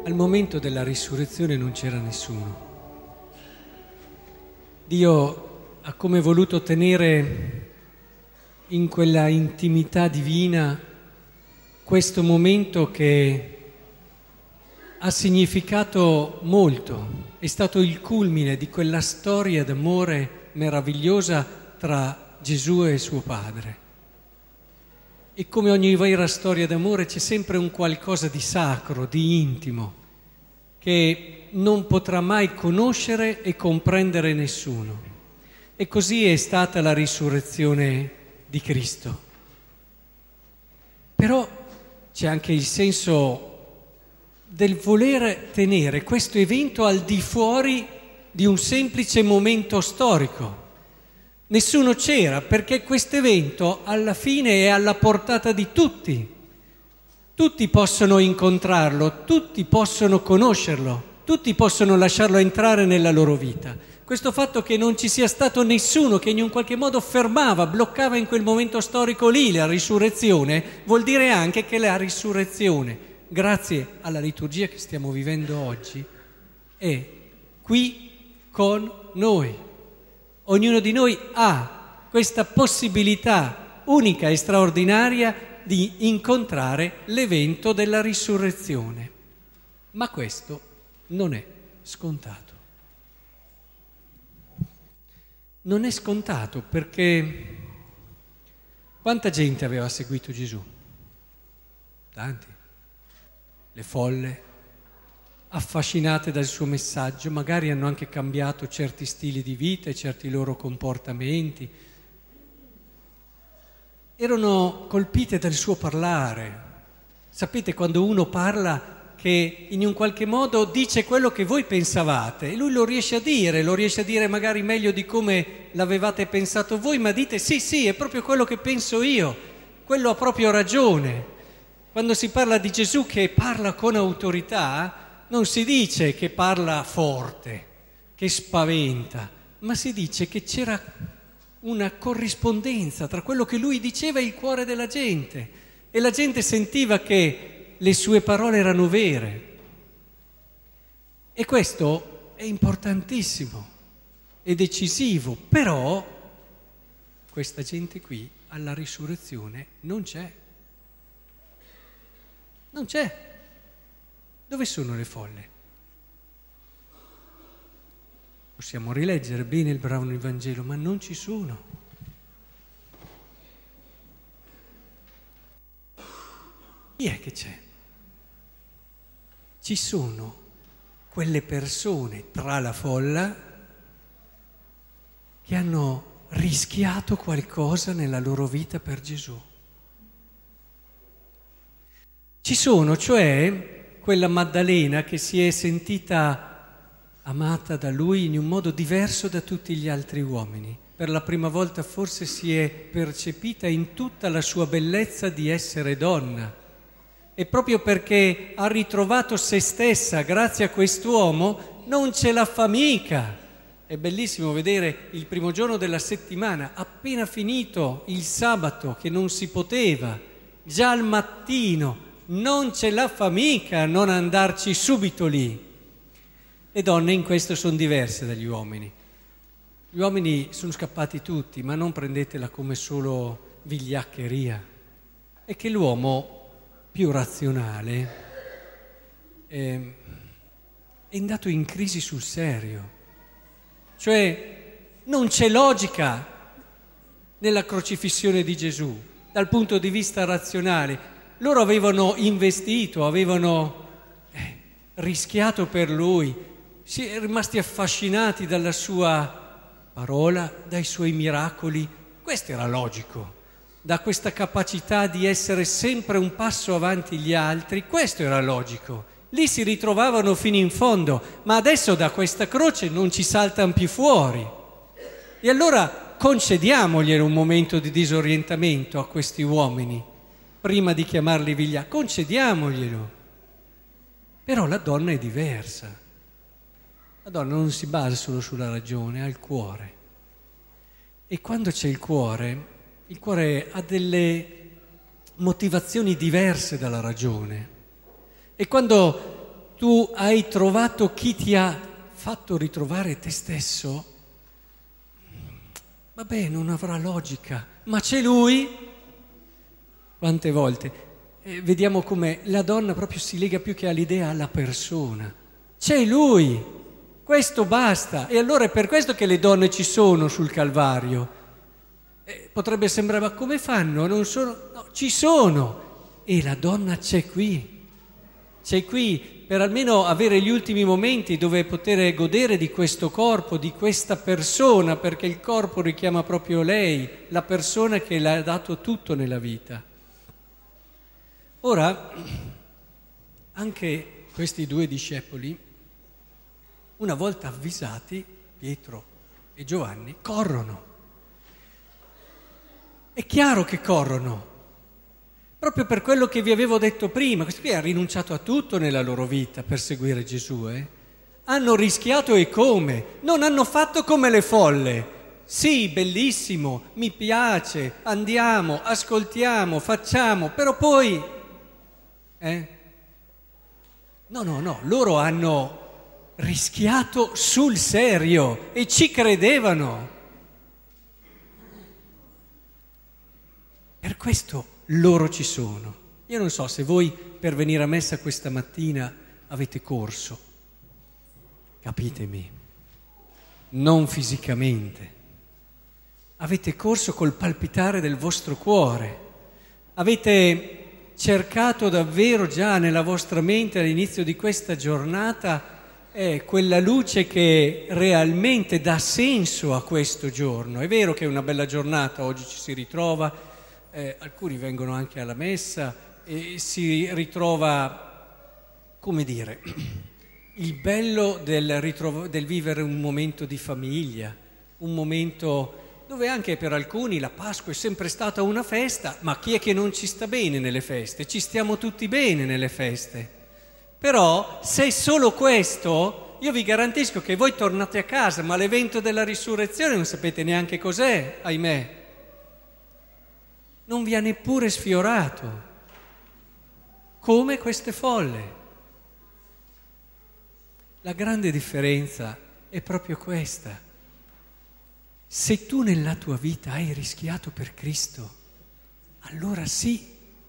Al momento della risurrezione non c'era nessuno. Dio ha come voluto tenere in quella intimità divina questo momento che ha significato molto, è stato il culmine di quella storia d'amore meravigliosa tra Gesù e suo Padre. E come ogni vera storia d'amore c'è sempre un qualcosa di sacro, di intimo, che non potrà mai conoscere e comprendere nessuno. E così è stata la risurrezione di Cristo. Però c'è anche il senso del voler tenere questo evento al di fuori di un semplice momento storico. Nessuno c'era perché questo evento alla fine è alla portata di tutti. Tutti possono incontrarlo, tutti possono conoscerlo, tutti possono lasciarlo entrare nella loro vita. Questo fatto che non ci sia stato nessuno che in un qualche modo fermava, bloccava in quel momento storico lì la risurrezione, vuol dire anche che la risurrezione, grazie alla liturgia che stiamo vivendo oggi, è qui con noi. Ognuno di noi ha questa possibilità unica e straordinaria di incontrare l'evento della risurrezione. Ma questo non è scontato. Non è scontato perché quanta gente aveva seguito Gesù? Tanti. Le folle, affascinate dal suo messaggio, magari hanno anche cambiato certi stili di vita e certi loro comportamenti. Erano colpite dal suo parlare. Sapete, quando uno parla che in un qualche modo dice quello che voi pensavate e lui lo riesce a dire magari meglio di come l'avevate pensato voi, ma dite sì, è proprio quello che penso io, quello ha proprio ragione. Quando si parla di Gesù che parla con autorità, non si dice che parla forte, che spaventa, ma si dice che c'era una corrispondenza tra quello che lui diceva e il cuore della gente, e la gente sentiva che le sue parole erano vere. E questo è importantissimo, è decisivo, però questa gente qui alla risurrezione non c'è. Non c'è. Dove sono le folle? Possiamo rileggere bene il brano del Vangelo, ma non ci sono. Chi è che c'è? Ci sono quelle persone tra la folla che hanno rischiato qualcosa nella loro vita per Gesù. Ci sono, cioè, quella Maddalena che si è sentita amata da lui in un modo diverso da tutti gli altri uomini. Per la prima volta forse si è percepita in tutta la sua bellezza di essere donna. E proprio perché ha ritrovato se stessa grazie a quest'uomo, non ce la fa mica. È bellissimo vedere il primo giorno della settimana, appena finito il sabato, che non si poteva, già al mattino, non ce la fa mica a non andarci subito lì. Le donne in questo sono diverse dagli uomini. Gli uomini sono scappati tutti, ma non prendetela come solo vigliaccheria. È che l'uomo più razionale è andato in crisi sul serio. Cioè non c'è logica nella crocifissione di Gesù dal punto di vista razionale. Loro avevano investito, avevano rischiato per lui, si è rimasti affascinati dalla sua parola, dai suoi miracoli. Questo era logico, da questa capacità di essere sempre un passo avanti gli altri, questo era logico. Lì si ritrovavano fino in fondo, ma adesso da questa croce non ci saltano più fuori. E allora concediamoglielo un momento di disorientamento a questi uomini, prima di chiamarli vigliacchi, concediamoglielo. Però la donna è diversa. La donna non si basa solo sulla ragione, ha il cuore. E quando c'è il cuore ha delle motivazioni diverse dalla ragione. E quando tu hai trovato chi ti ha fatto ritrovare te stesso, vabbè, non avrà logica, ma c'è lui. Quante volte vediamo come la donna proprio si lega più che all'idea alla persona. C'è lui, questo basta. E allora è per questo che le donne ci sono sul Calvario. Potrebbe sembrare, ma come fanno? Non sono? No, ci sono. E la donna c'è qui per almeno avere gli ultimi momenti dove poter godere di questo corpo, di questa persona, perché il corpo richiama proprio lei, la persona che le ha dato tutto nella vita. Ora, anche questi due discepoli, una volta avvisati, Pietro e Giovanni, corrono. È chiaro che corrono, proprio per quello che vi avevo detto prima. Questi qui hanno rinunciato a tutto nella loro vita per seguire Gesù. Hanno rischiato e come? Non hanno fatto come le folle. Sì, bellissimo, mi piace, andiamo, ascoltiamo, facciamo, però poi... No, loro hanno rischiato sul serio e ci credevano. Per questo loro ci sono. Io non so se voi per venire a messa questa mattina avete corso, capitemi, non fisicamente. Avete corso col palpitare del vostro cuore, avete cercato davvero già nella vostra mente all'inizio di questa giornata quella luce che realmente dà senso a questo giorno. È vero che è una bella giornata, oggi ci si ritrova, alcuni vengono anche alla messa e si ritrova, come dire, il bello del vivere un momento di famiglia, un momento dove anche per alcuni la Pasqua è sempre stata una festa, ma chi è che non ci sta bene nelle feste? Ci stiamo tutti bene nelle feste. Però se è solo questo, io vi garantisco che voi tornate a casa, ma l'evento della risurrezione non sapete neanche cos'è, ahimè. Non vi ha neppure sfiorato, come queste folle. La grande differenza è proprio questa. Se tu nella tua vita hai rischiato per Cristo, allora sì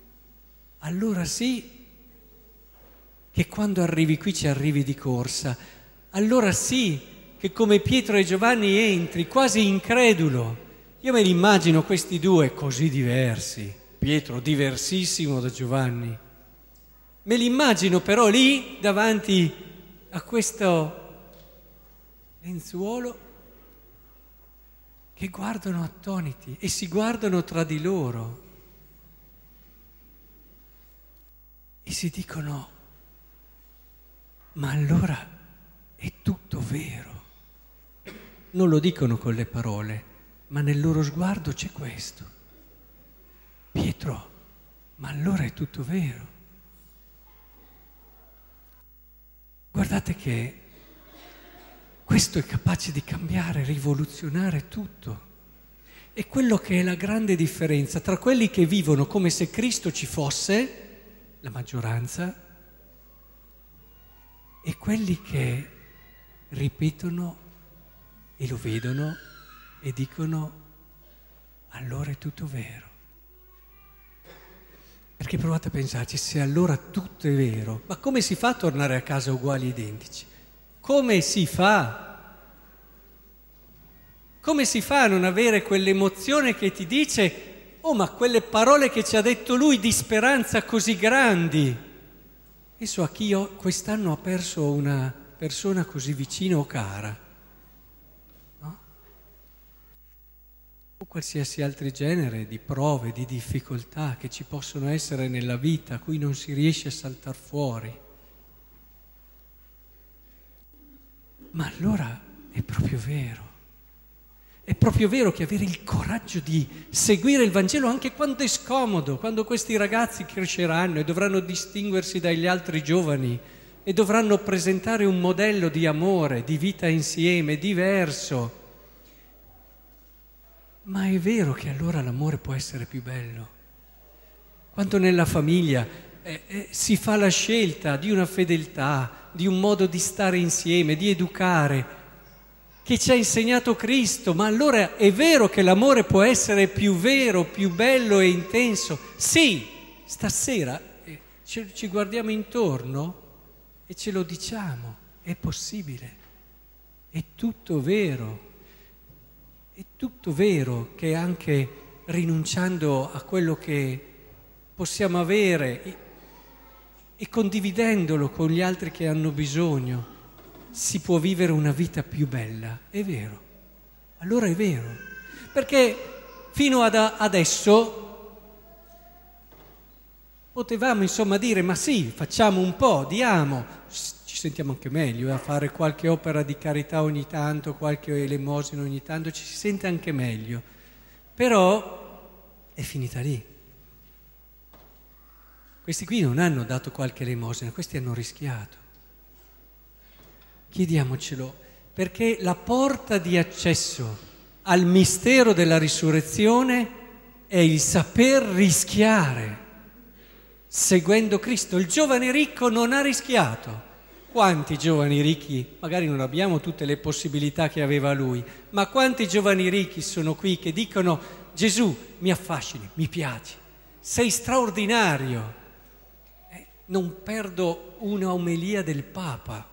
che quando arrivi qui ci arrivi di corsa, allora sì che come Pietro e Giovanni entri quasi incredulo. Io me li immagino questi due così diversi, Pietro diversissimo da Giovanni, me li immagino però lì davanti a questo lenzuolo che guardano attoniti e si guardano tra di loro e si dicono: ma allora è tutto vero. Non lo dicono con le parole, ma nel loro sguardo c'è questo. Pietro, ma allora è tutto vero. Guardate che questo è capace di cambiare, rivoluzionare tutto. È quello che è la grande differenza tra quelli che vivono come se Cristo ci fosse, la maggioranza, e quelli che ripetono e lo vedono e dicono: allora è tutto vero. Perché provate a pensarci, se allora tutto è vero, ma come si fa a tornare a casa uguali, identici? Come si fa? Come si fa a non avere quell'emozione che ti dice: oh, ma quelle parole che ci ha detto lui di speranza così grandi. E so a chi quest'anno ho perso una persona così vicina o cara, no? O qualsiasi altro genere di prove, di difficoltà che ci possono essere nella vita, a cui non si riesce a saltar fuori. Ma allora è proprio vero. È proprio vero che avere il coraggio di seguire il Vangelo anche quando è scomodo, quando questi ragazzi cresceranno e dovranno distinguersi dagli altri giovani e dovranno presentare un modello di amore, di vita insieme, diverso. Ma è vero che allora l'amore può essere più bello. Quando nella famiglia si fa la scelta di una fedeltà, di un modo di stare insieme, di educare, che ci ha insegnato Cristo, ma allora è vero che l'amore può essere più vero, più bello e intenso. Sì, stasera ci guardiamo intorno e ce lo diciamo, è possibile, è tutto vero che anche rinunciando a quello che possiamo avere e condividendolo con gli altri che hanno bisogno, si può vivere una vita più bella. È vero, allora è vero, perché fino ad adesso potevamo insomma dire ma sì, facciamo un po', diamo, ci sentiamo anche meglio a fare qualche opera di carità ogni tanto, qualche elemosina ogni tanto, ci si sente anche meglio, però è finita lì. Questi qui non hanno dato qualche elemosina, questi hanno rischiato. Chiediamocelo, perché la porta di accesso al mistero della risurrezione è il saper rischiare, seguendo Cristo. Il giovane ricco non ha rischiato. Quanti giovani ricchi, magari non abbiamo tutte le possibilità che aveva lui, ma quanti giovani ricchi sono qui che dicono: Gesù, mi affascini, mi piaci, sei straordinario. Non perdo una omelia del Papa,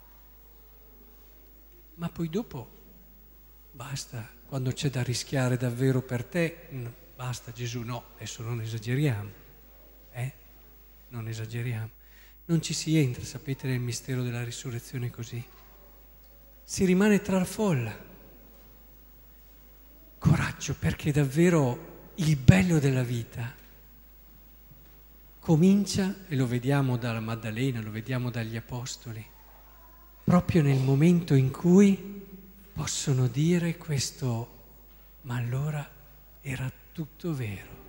ma poi dopo basta, quando c'è da rischiare davvero per te, basta Gesù, no, adesso non esageriamo, non esageriamo. Non ci si entra, sapete, nel mistero della risurrezione così. Si rimane tra la folla. Coraggio, perché davvero il bello della vita comincia, e lo vediamo dalla Maddalena, lo vediamo dagli Apostoli, proprio nel momento in cui possono dire questo: ma allora era tutto vero.